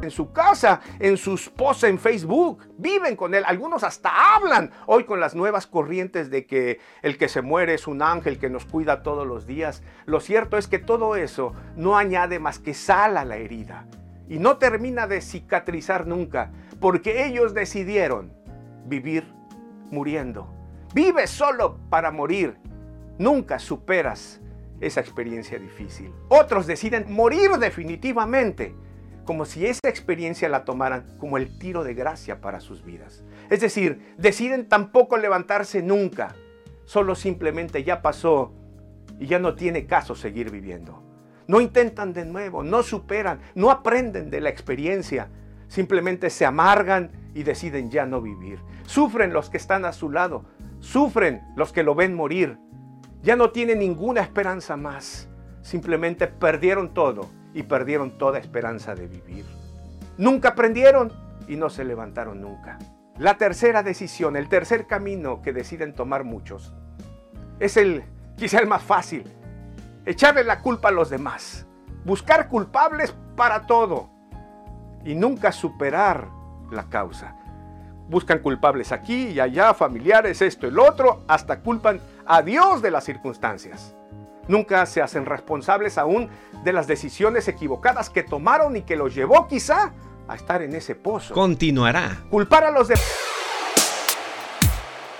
en su casa, en sus posts en Facebook, viven con él, algunos hasta hablan hoy con las nuevas corrientes de que el que se muere es un ángel que nos cuida todos los días. Lo cierto es que todo eso no añade más que sal a la herida y no termina de cicatrizar nunca, porque ellos decidieron vivir muriendo. Vives solo para morir, nunca superas esa experiencia difícil. Otros deciden morir definitivamente, como si esa experiencia la tomaran como el tiro de gracia para sus vidas. Es decir, deciden tampoco levantarse nunca, solo simplemente ya pasó y ya no tiene caso seguir viviendo. No intentan de nuevo, no superan, no aprenden de la experiencia, simplemente se amargan y deciden ya no vivir. Sufren los que están a su lado, sufren los que lo ven morir. Ya no tienen ninguna esperanza más. Simplemente perdieron todo y perdieron toda esperanza de vivir. Nunca aprendieron y no se levantaron nunca. La tercera decisión, el tercer camino que deciden tomar muchos, es quizá el más fácil. Echarle la culpa a los demás. Buscar culpables para todo y nunca superar la causa. Buscan culpables aquí y allá, familiares, esto y lo otro, hasta culpan a Dios de las circunstancias. Nunca se hacen responsables aún de las decisiones equivocadas que tomaron y que los llevó quizá a estar en ese pozo. Continuará. Culpar a los demás